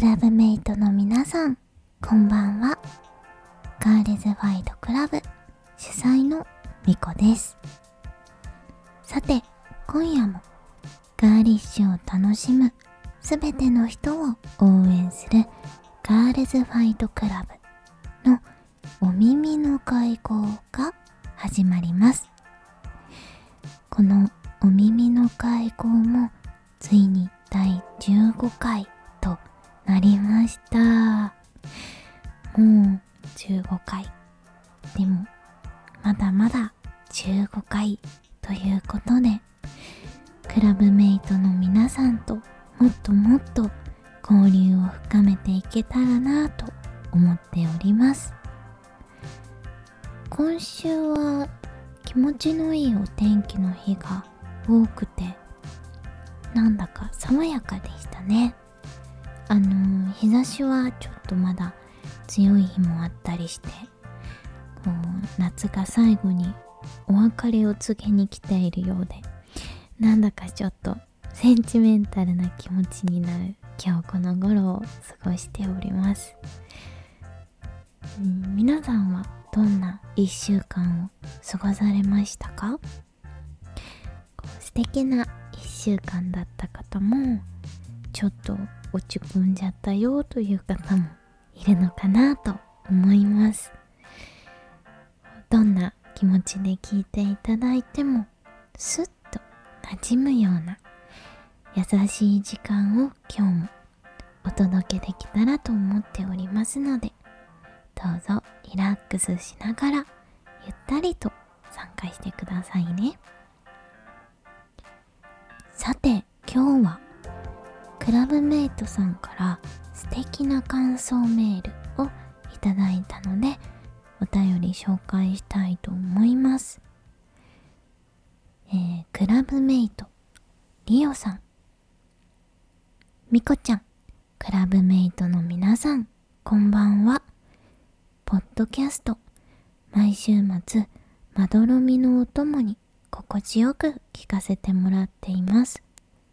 クラブメイトの皆さん、こんばんは。ガールズワイドクラブ主催のみこです。さて、今夜もガーリッシュを楽しむすべての人を応援するガールズワイドクラブのお耳の会合が始まります。このお耳の会合もついに第15回となりました。もう15回。でもまだまだ15回ということで、クラブメイトの皆さんともっともっと交流を深めていけたらなと思っております。今週は気持ちのいいお天気の日が多くて、なんだか爽やかでしたね。日差しはちょっとまだ強い日もあったりして、こう夏が最後にお別れを告げに来ているようで、なんだかちょっとセンチメンタルな気持ちになる今日この頃を過ごしております。皆さんはどんな1週間を過ごされましたか？素敵な1週間だった方も、ちょっと落ち込んじゃったよという方もいるのかなと思います。どんな気持ちで聞いていただいてもスッと馴染むような優しい時間を今日もお届けできたらと思っておりますので、どうぞリラックスしながらゆったりと参加してくださいね。さて、今日はクラブメイトさんから素敵な感想メールをいただいたので、お便り紹介したいと思います。クラブメイトリオさん、みこちゃん、クラブメイトの皆さん、こんばんは。ポッドキャスト毎週末まどろみのお供に心地よく聞かせてもらっています。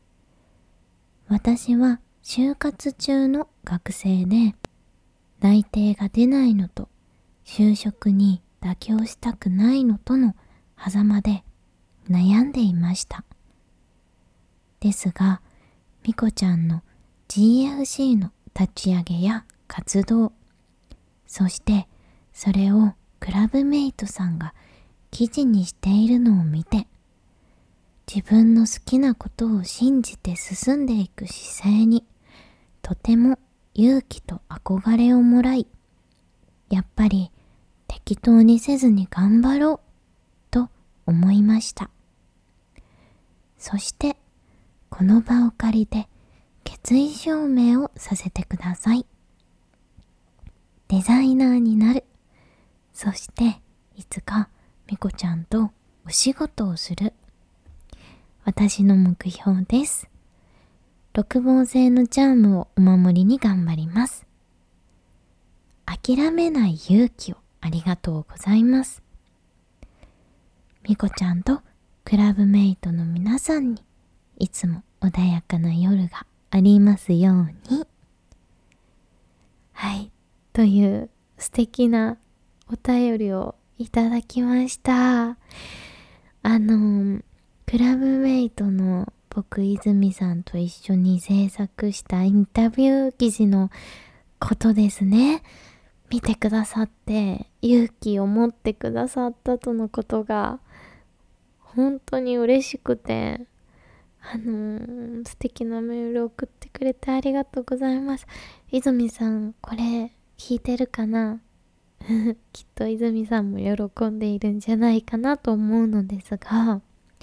私は就活中の学生で、内定が出ないのと就職に妥協したくないのとの狭間で悩んでいました。ですが、みこちゃんの GFC の立ち上げや活動、そしてそれをクラブメイトさんが記事にしているのを見て、自分の好きなことを信じて進んでいく姿勢にとても勇気と憧れをもらい、やっぱり適当にせずに頑張ろうと思いました。そしてこの場を借りて決意表明をさせてください。デザイナーになる。そしていつかみこちゃんとお仕事をする。私の目標です。六芒星のチャームをお守りに頑張ります。諦めない勇気をありがとうございます。みこちゃんとクラブメイトの皆さんにいつも穏やかな夜がありますように。はい、という素敵なお便りをいただきました。クラブメイトの僕泉さんと一緒に制作したインタビュー記事のことですね。見てくださって勇気を持ってくださったとのことが本当に嬉しくて、素敵なメールを送ってくれてありがとうございます。泉さん、これ聞いてるかな？きっと泉さんも喜んでいるんじゃないかなと思うのですが、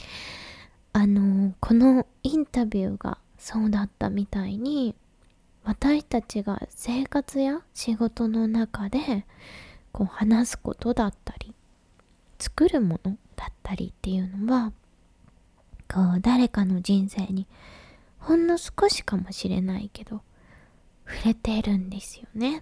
このインタビューがそうだったみたいに、私たちが生活や仕事の中でこう話すことだったり作るものだったりっていうのは、こう誰かの人生にほんの少しかもしれないけど触れているんですよね。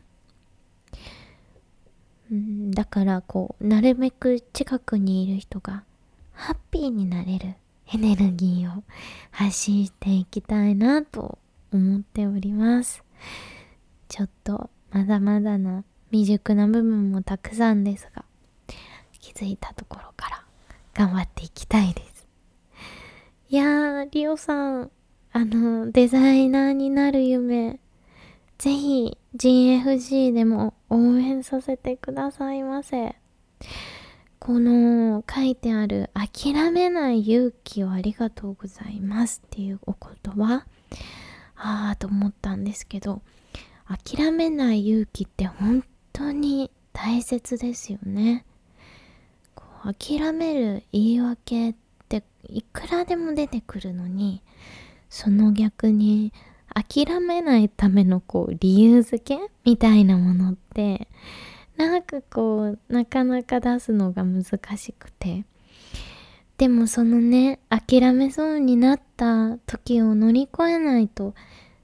だからこうなるべく近くにいる人がハッピーになれるエネルギーを発信していきたいなと思っております。 ちょっとまだまだな未熟な部分もたくさんですが、気づいたところから頑張っていきたいです。いやー、リオさん、デザイナーになる夢、ぜひ GFC でも応援させてくださいませ。この書いてある諦めない勇気をありがとうございますっていうお言葉、と思ったんですけど、諦めない勇気って本当に大切ですよね。こう諦める言い訳っていくらでも出てくるのに、その逆に諦めないための理由付けみたいなものってなかなか出すのが難しくて、でもそのね、諦めそうになった時を乗り越えないと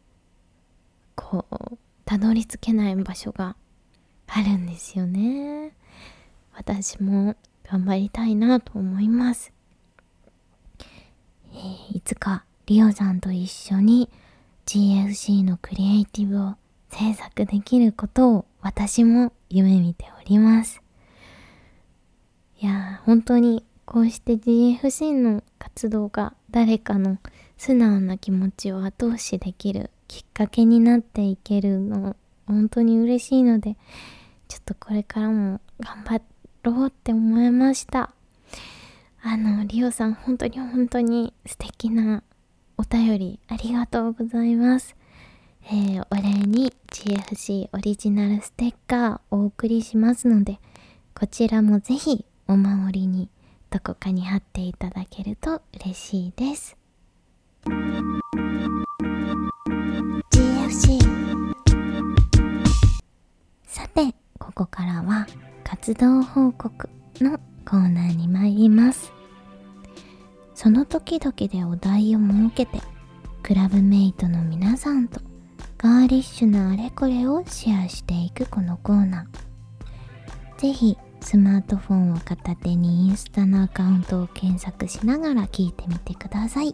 たどり着けない場所があるんですよね。私も頑張りたいなと思います。いつかリオさんと一緒に GFC のクリエイティブを制作できることを私も夢見ております。いやー、本当にこうして GFC の活動が誰かの素直な気持ちを後押しできるきっかけになっていけるの本当に嬉しいので、ちょっとこれからも頑張ろうって思いました。リオさん本当に素敵なお便りありがとうございます。お礼に GFC オリジナルステッカーお送りしますので、こちらもぜひお守りにどこかに貼っていただけると嬉しいです。 GFC。 さて、ここからは活動報告のコーナーに参ります。その時々でお題を設けて、クラブメイトの皆さんとガーリッシュなあれこれをシェアしていくこのコーナー。ぜひスマートフォンを片手にインスタのアカウントを検索しながら聞いてみてください。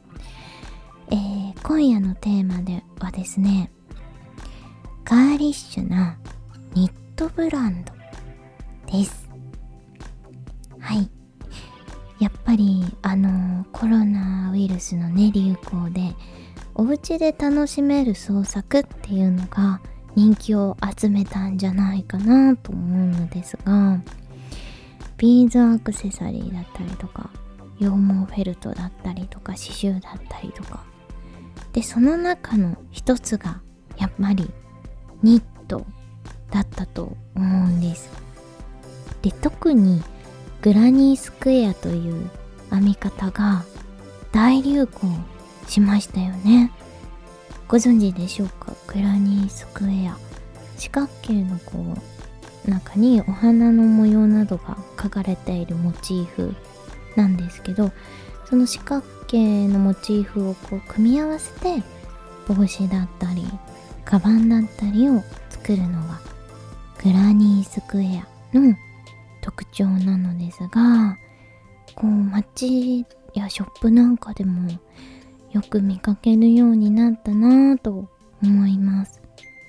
今夜のテーマではですね、ガーリッシュなニットブランドです。はい。やっぱりコロナウイルスのね、流行でお家で楽しめる創作っていうのが人気を集めたんじゃないかなと思うのですが、ビーズアクセサリーだったりとか、羊毛フェルトだったりとか、刺繍だったりとかで、その中の一つがやっぱりニットだったと思うんです。で、特にグラニースクエアという編み方が大流行しましたよね。ご存知でしょうか？グラニースクエア、四角形の中にお花の模様などが描かれているモチーフなんですけど、その四角形のモチーフを組み合わせて帽子だったりカバンだったりを作るのがグラニースクエアの特徴なのですが、街やショップなんかでもよく見かけるようになったなぁと思います。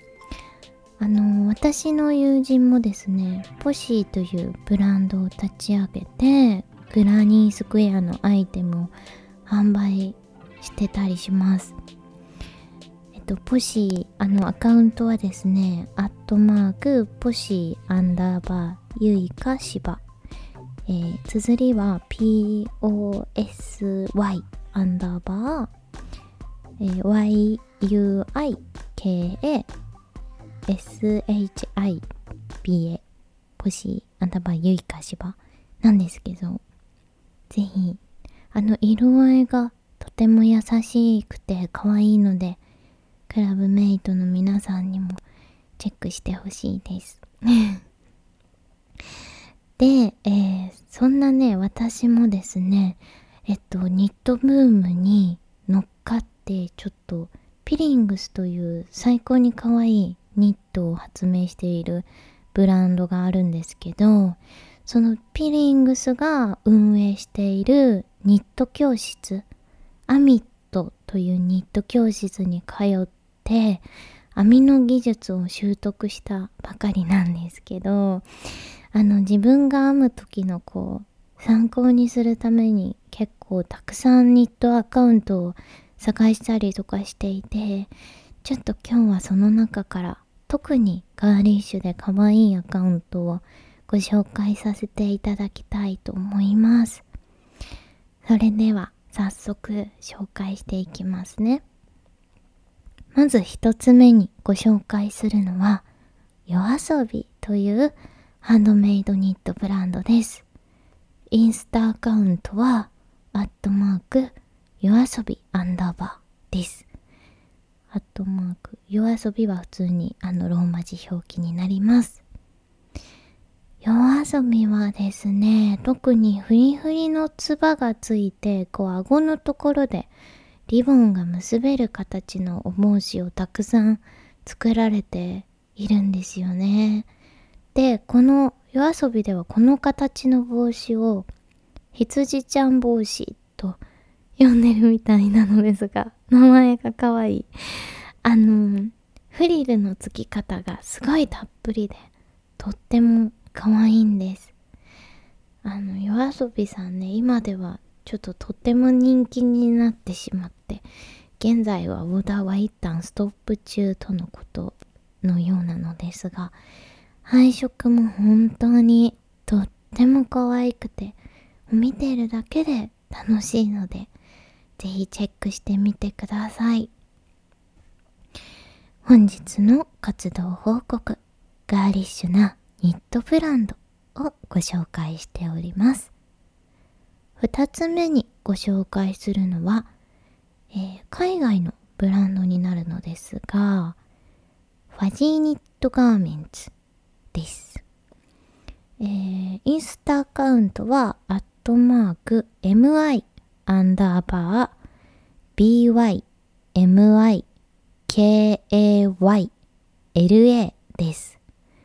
私の友人もですね、ポシーというブランドを立ち上げてグラニースクエアのアイテムを販売してたりします。ポシー、アカウントはですね、ポシー_ゆいかしば、綴りは POSY YUIKASHIBA ポシーゆいかしばなんですけど、ぜひ色合いがとても優しくて可愛いので、クラブメイトの皆さんにもチェックしてほしいですで、そんなね、私もですね、ニットブームに乗っかってちょっとピリングスという最高に可愛いニットを発明しているブランドがあるんですけど、そのピリングスが運営しているニット教室、アミットというニット教室に通って編みの技術を習得したばかりなんですけど、自分が編む時の参考にするために結構たくさんニットアカウントを探したりとかしていて、ちょっと今日はその中から特にガーリッシュで可愛いアカウントをご紹介させていただきたいと思います。それでは早速紹介していきますね。まず一つ目にご紹介するのは、YOASOBIというハンドメイドニットブランドです。インスタアカウントは、@YOASOBI_ です。YOASOBI は普通にローマ字表記になります。YOASOBIはですね、特にフリフリのつばがついて、顎のところでリボンが結べる形のお帽子をたくさん作られているんですよね。で、このYOASOBIではこの形の帽子を羊ちゃん帽子と呼んでるみたいなのですが、名前がかわいい。フリルの付き方がすごいたっぷりで、とってもかわいいんです。YOASOBIさんね、今ではちょっととっても人気になってしまって、現在はオーダーは一旦ストップ中とのことのようなのですが、配色も本当にとっても可愛くて、見ているだけで楽しいので、ぜひチェックしてみてください。本日の活動報告、ガーリッシュなニットブランドをご紹介しております。2つ目にご紹介するのは、海外のブランドになるのですが、ファジーニットガーメンツです。インスタアカウントは@MI_BYMIKAYLA です。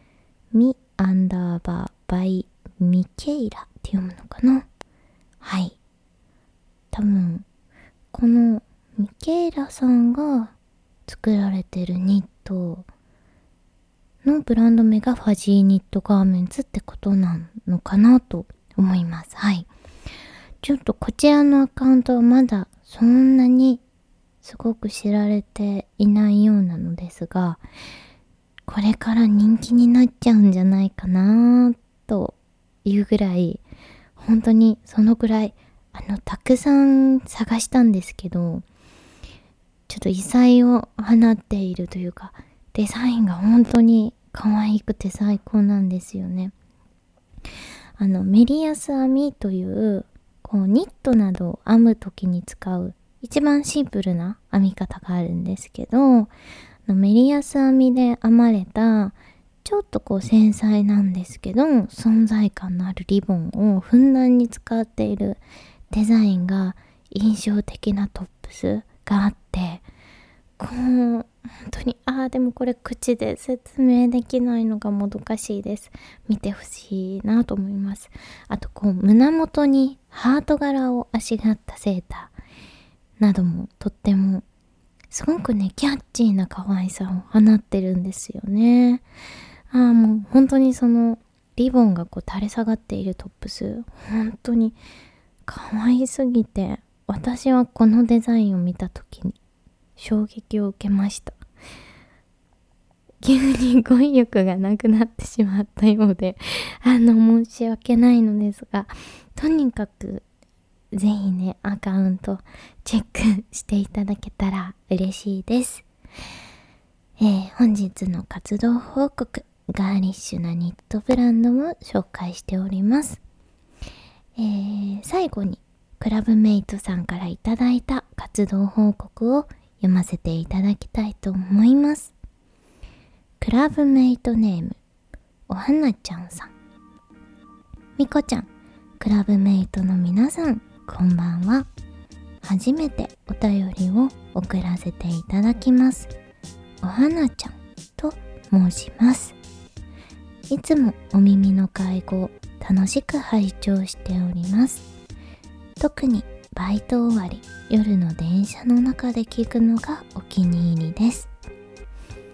ミ_バイミケイラって読むのかな。はい。多分、このミケイラさんが作られてるニットのブランド名がファジーニットガーメンツってことなのかなと思います。はい。ちょっとこちらのアカウントはまだそんなにすごく知られていないようなのですが、これから人気になっちゃうんじゃないかなというぐらい、本当にそのぐらいたくさん探したんですけど、ちょっと異彩を放っているというか、デザインが本当に可愛くて最高なんですよね。メリヤス編みというニットなどを編む時に使う一番シンプルな編み方があるんですけど、メリヤス編みで編まれたちょっと繊細なんですけど存在感のあるリボンをふんだんに使っているデザインが印象的なトップスがあって、本当にでもこれ口で説明できないのがもどかしいです。見てほしいなと思います。あと胸元にハート柄をあしがったセーターなどもとってもすごくねキャッチーな可愛さを放ってるんですよね。もう本当にそのリボンが垂れ下がっているトップス、本当に可愛すぎて、私はこのデザインを見た時に衝撃を受けました。急に語彙力がなくなってしまったようで申し訳ないのですが、とにかくぜひねアカウントチェックしていただけたら嬉しいです。本日の活動報告、ガーリッシュなニットブランドも紹介しております。最後にクラブメイトさんからいただいた活動報告を読ませていただきたいと思います。クラブメイトネームおはなちゃんさん。みこちゃん、クラブメイトの皆さん、こんばんは。初めてお便りを送らせていただきます。おはなちゃんと申します。いつもお耳の会合楽しく拝聴しております。特にバイト終わり、夜の電車の中で聞くのがお気に入りです。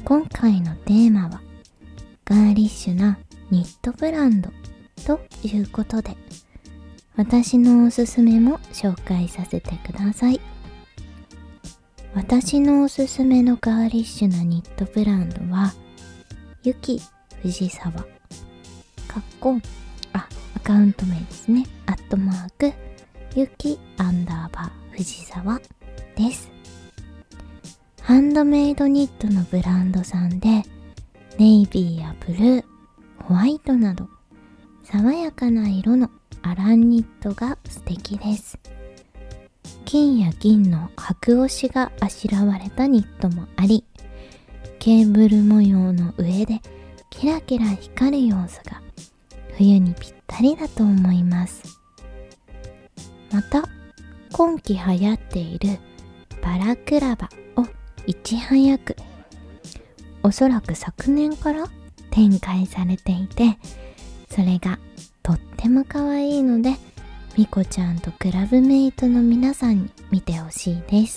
今回のテーマはガーリッシュなニットブランドということで、私のおすすめも紹介させてください。私のおすすめのガーリッシュなニットブランドはゆき藤沢アカウント名ですね。@ゆき_藤沢です。ハンドメイドニットのブランドさんで、ネイビーやブルー、ホワイトなど爽やかな色のアランニットが素敵です。金や銀の箔押しがあしらわれたニットもあり、ケーブル模様の上でキラキラ光る様子が冬にぴったりだと思います。また、今季流行っているバラクラバをいち早く、おそらく昨年から展開されていて、それがとっても可愛いので、みこちゃんとクラブメイトの皆さんに見てほしいです。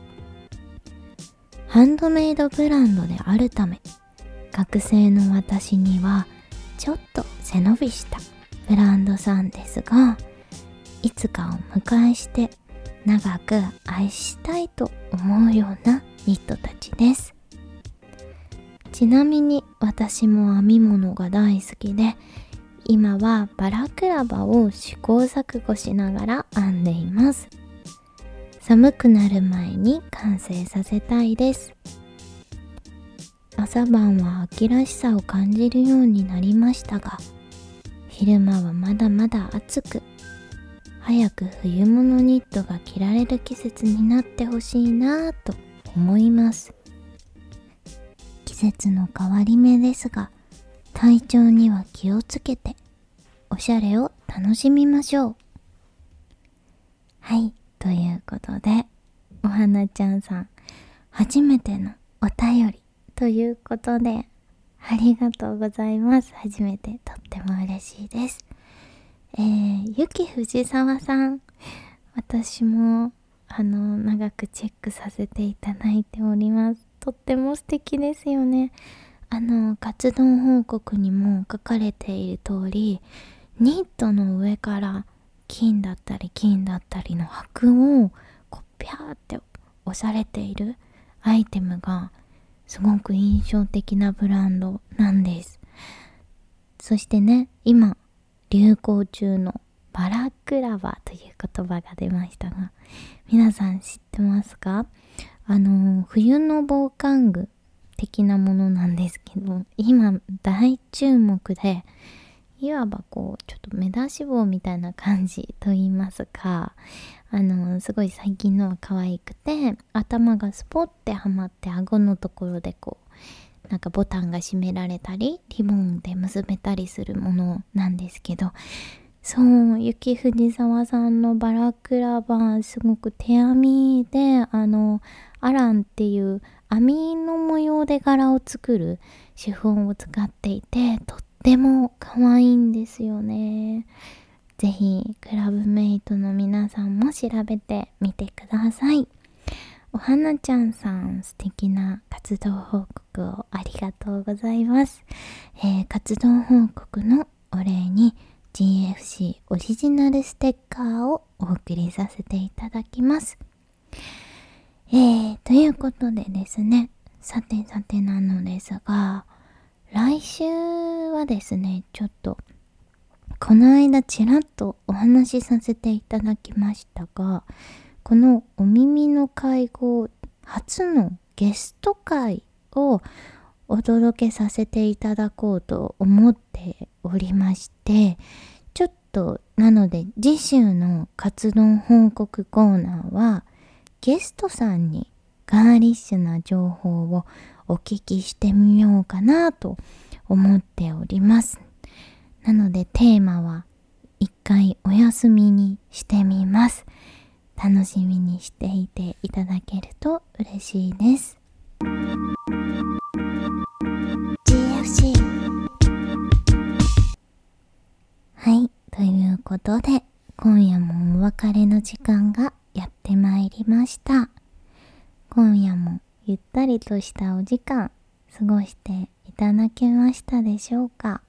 ハンドメイドブランドであるため、学生の私にはちょっと背伸びしたブランドさんですが、いつかお迎えして長く愛したいと思うようなニットたちです。ちなみに私も編み物が大好きで、今はバラクラバを試行錯誤しながら編んでいます。寒くなる前に完成させたいです。朝晩は秋らしさを感じるようになりましたが、昼間はまだまだ暑く、早く冬物ニットが着られる季節になってほしいなぁと思います。季節の変わり目ですが、体調には気をつけておしゃれを楽しみましょう。はい、ということで、お花ちゃんさん初めてのお便りということで、ありがとうございます。初めてとっても嬉しいです。ゆき藤沢さん、私も長くチェックさせていただいております。とっても素敵ですよね。活動報告にも書かれている通り、ニットの上から金だったりの箔をこうピャーって押されているアイテムがすごく印象的なブランドなんです。そしてね、今流行中のバラクラバという言葉が出ましたが、皆さん知ってますか？冬の防寒具的なものなんですけど、今大注目で、いわばこうちょっと目出し帽みたいな感じと言いますか、すごい最近のは可愛くて、頭がスポッてはまって、顎のところでこうなんかボタンが閉められたり、リボンで結べたりするものなんですけど、そう、ゆき藤沢さんのバラクラバすごく手編みで、アランっていう編みの模様で柄を作る手法を使っていて、とっても可愛いんですよね。ぜひクラブメイトの皆さんも調べてみてください。お花ちゃんさん、素敵な活動報告をありがとうございます。活動報告のお礼に GFC オリジナルステッカーをお送りさせていただきます。ということでですね、さてなのですが、来週はですね、ちょっとこの間ちらっとお話しさせていただきましたが、このお耳の会合初のゲスト会をお届けさせていただこうと思っておりまして、ちょっとなので次週の活動報告コーナーはゲストさんにガーリッシュな情報をお聞きしてみようかなと思っております。なのでテーマは一回お休みにしてみます。楽しみにしていていただけると嬉しいです。GFC はい、ということで今夜もお別れの時間がやってまいりました。今夜もゆったりとしたお時間過ごしていただけましたでしょうか。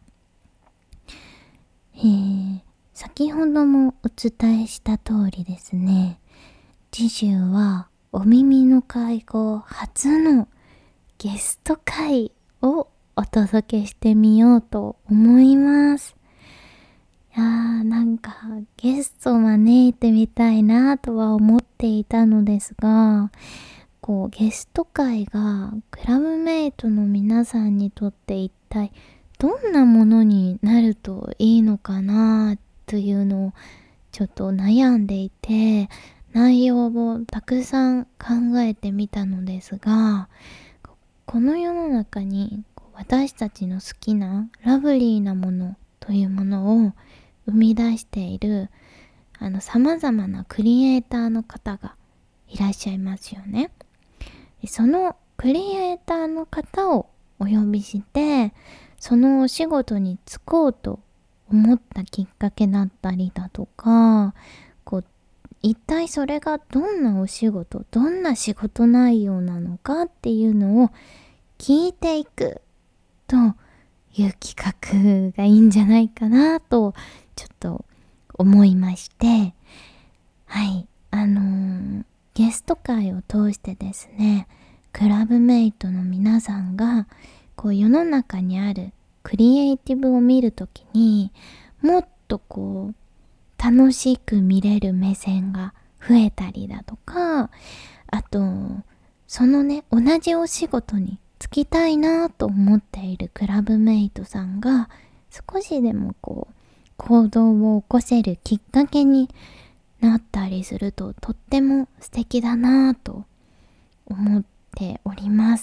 先ほどもお伝えした通りですね、次週はお耳の会合初のゲスト会をお届けしてみようと思います。いやー、なんかゲスト招いてみたいなとは思っていたのですが、ゲスト会がクラブメイトの皆さんにとって一体どんなものになるといいのかなというのをちょっと悩んでいて、内容をたくさん考えてみたのですが、この世の中に私たちの好きなラブリーなものというものを生み出している様々なクリエイターの方がいらっしゃいますよね。そのクリエイターの方をお呼びして、そのお仕事に就こうと思ったきっかけだったりだとか、一体それがどんなお仕事、どんな仕事内容なのかっていうのを聞いていくという企画がいいんじゃないかなとちょっと思いまして、はい、ゲスト会を通してですね、クラブメイトの皆さんが世の中にあるクリエイティブを見るときにもっと楽しく見れる目線が増えたりだとか、あとそのね、同じお仕事に就きたいなと思っているクラブメイトさんが少しでも行動を起こせるきっかけになったりするととっても素敵だなと思っております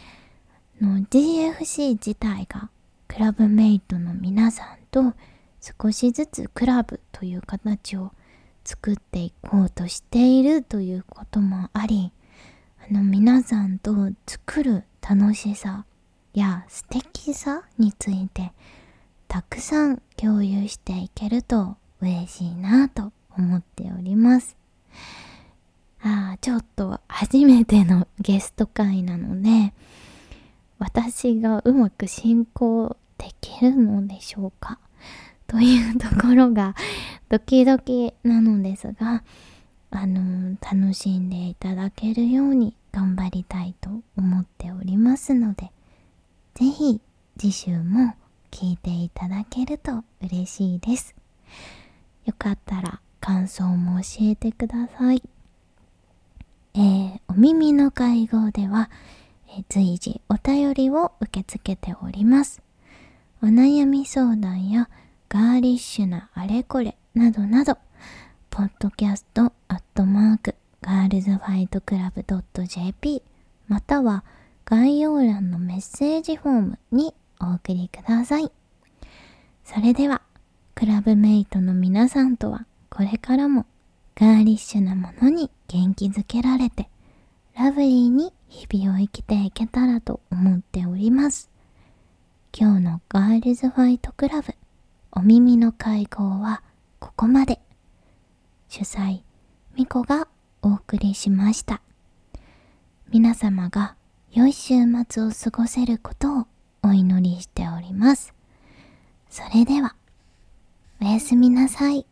。GFC 自体がクラブメイトの皆さんと少しずつクラブという形を作っていこうとしているということもあり、皆さんと作る楽しさや素敵さについてたくさん共有していけると嬉しいなと思っております。ちょっと初めてのゲスト会なので、私がうまく進行できるのでしょうかというところがドキドキなのですが、楽しんでいただけるように頑張りたいと思っておりますので、ぜひ次週も聞いていただけると嬉しいです。よかったら感想も教えてください。お耳の会合では、随時お便りを受け付けております。お悩み相談やガーリッシュなあれこれなどなど、podcast@girlsfightclub.jp または概要欄のメッセージフォームにお送りください。それでは、クラブメイトの皆さんとはこれからもガーリッシュなものに元気づけられて、ラブリーに日々を生きていけたらと思っております。今日のガールズファイトクラブお耳の会合はここまで。主催みこがお送りしました。皆様が良い週末を過ごせることをお祈りしております。それではおやすみなさい。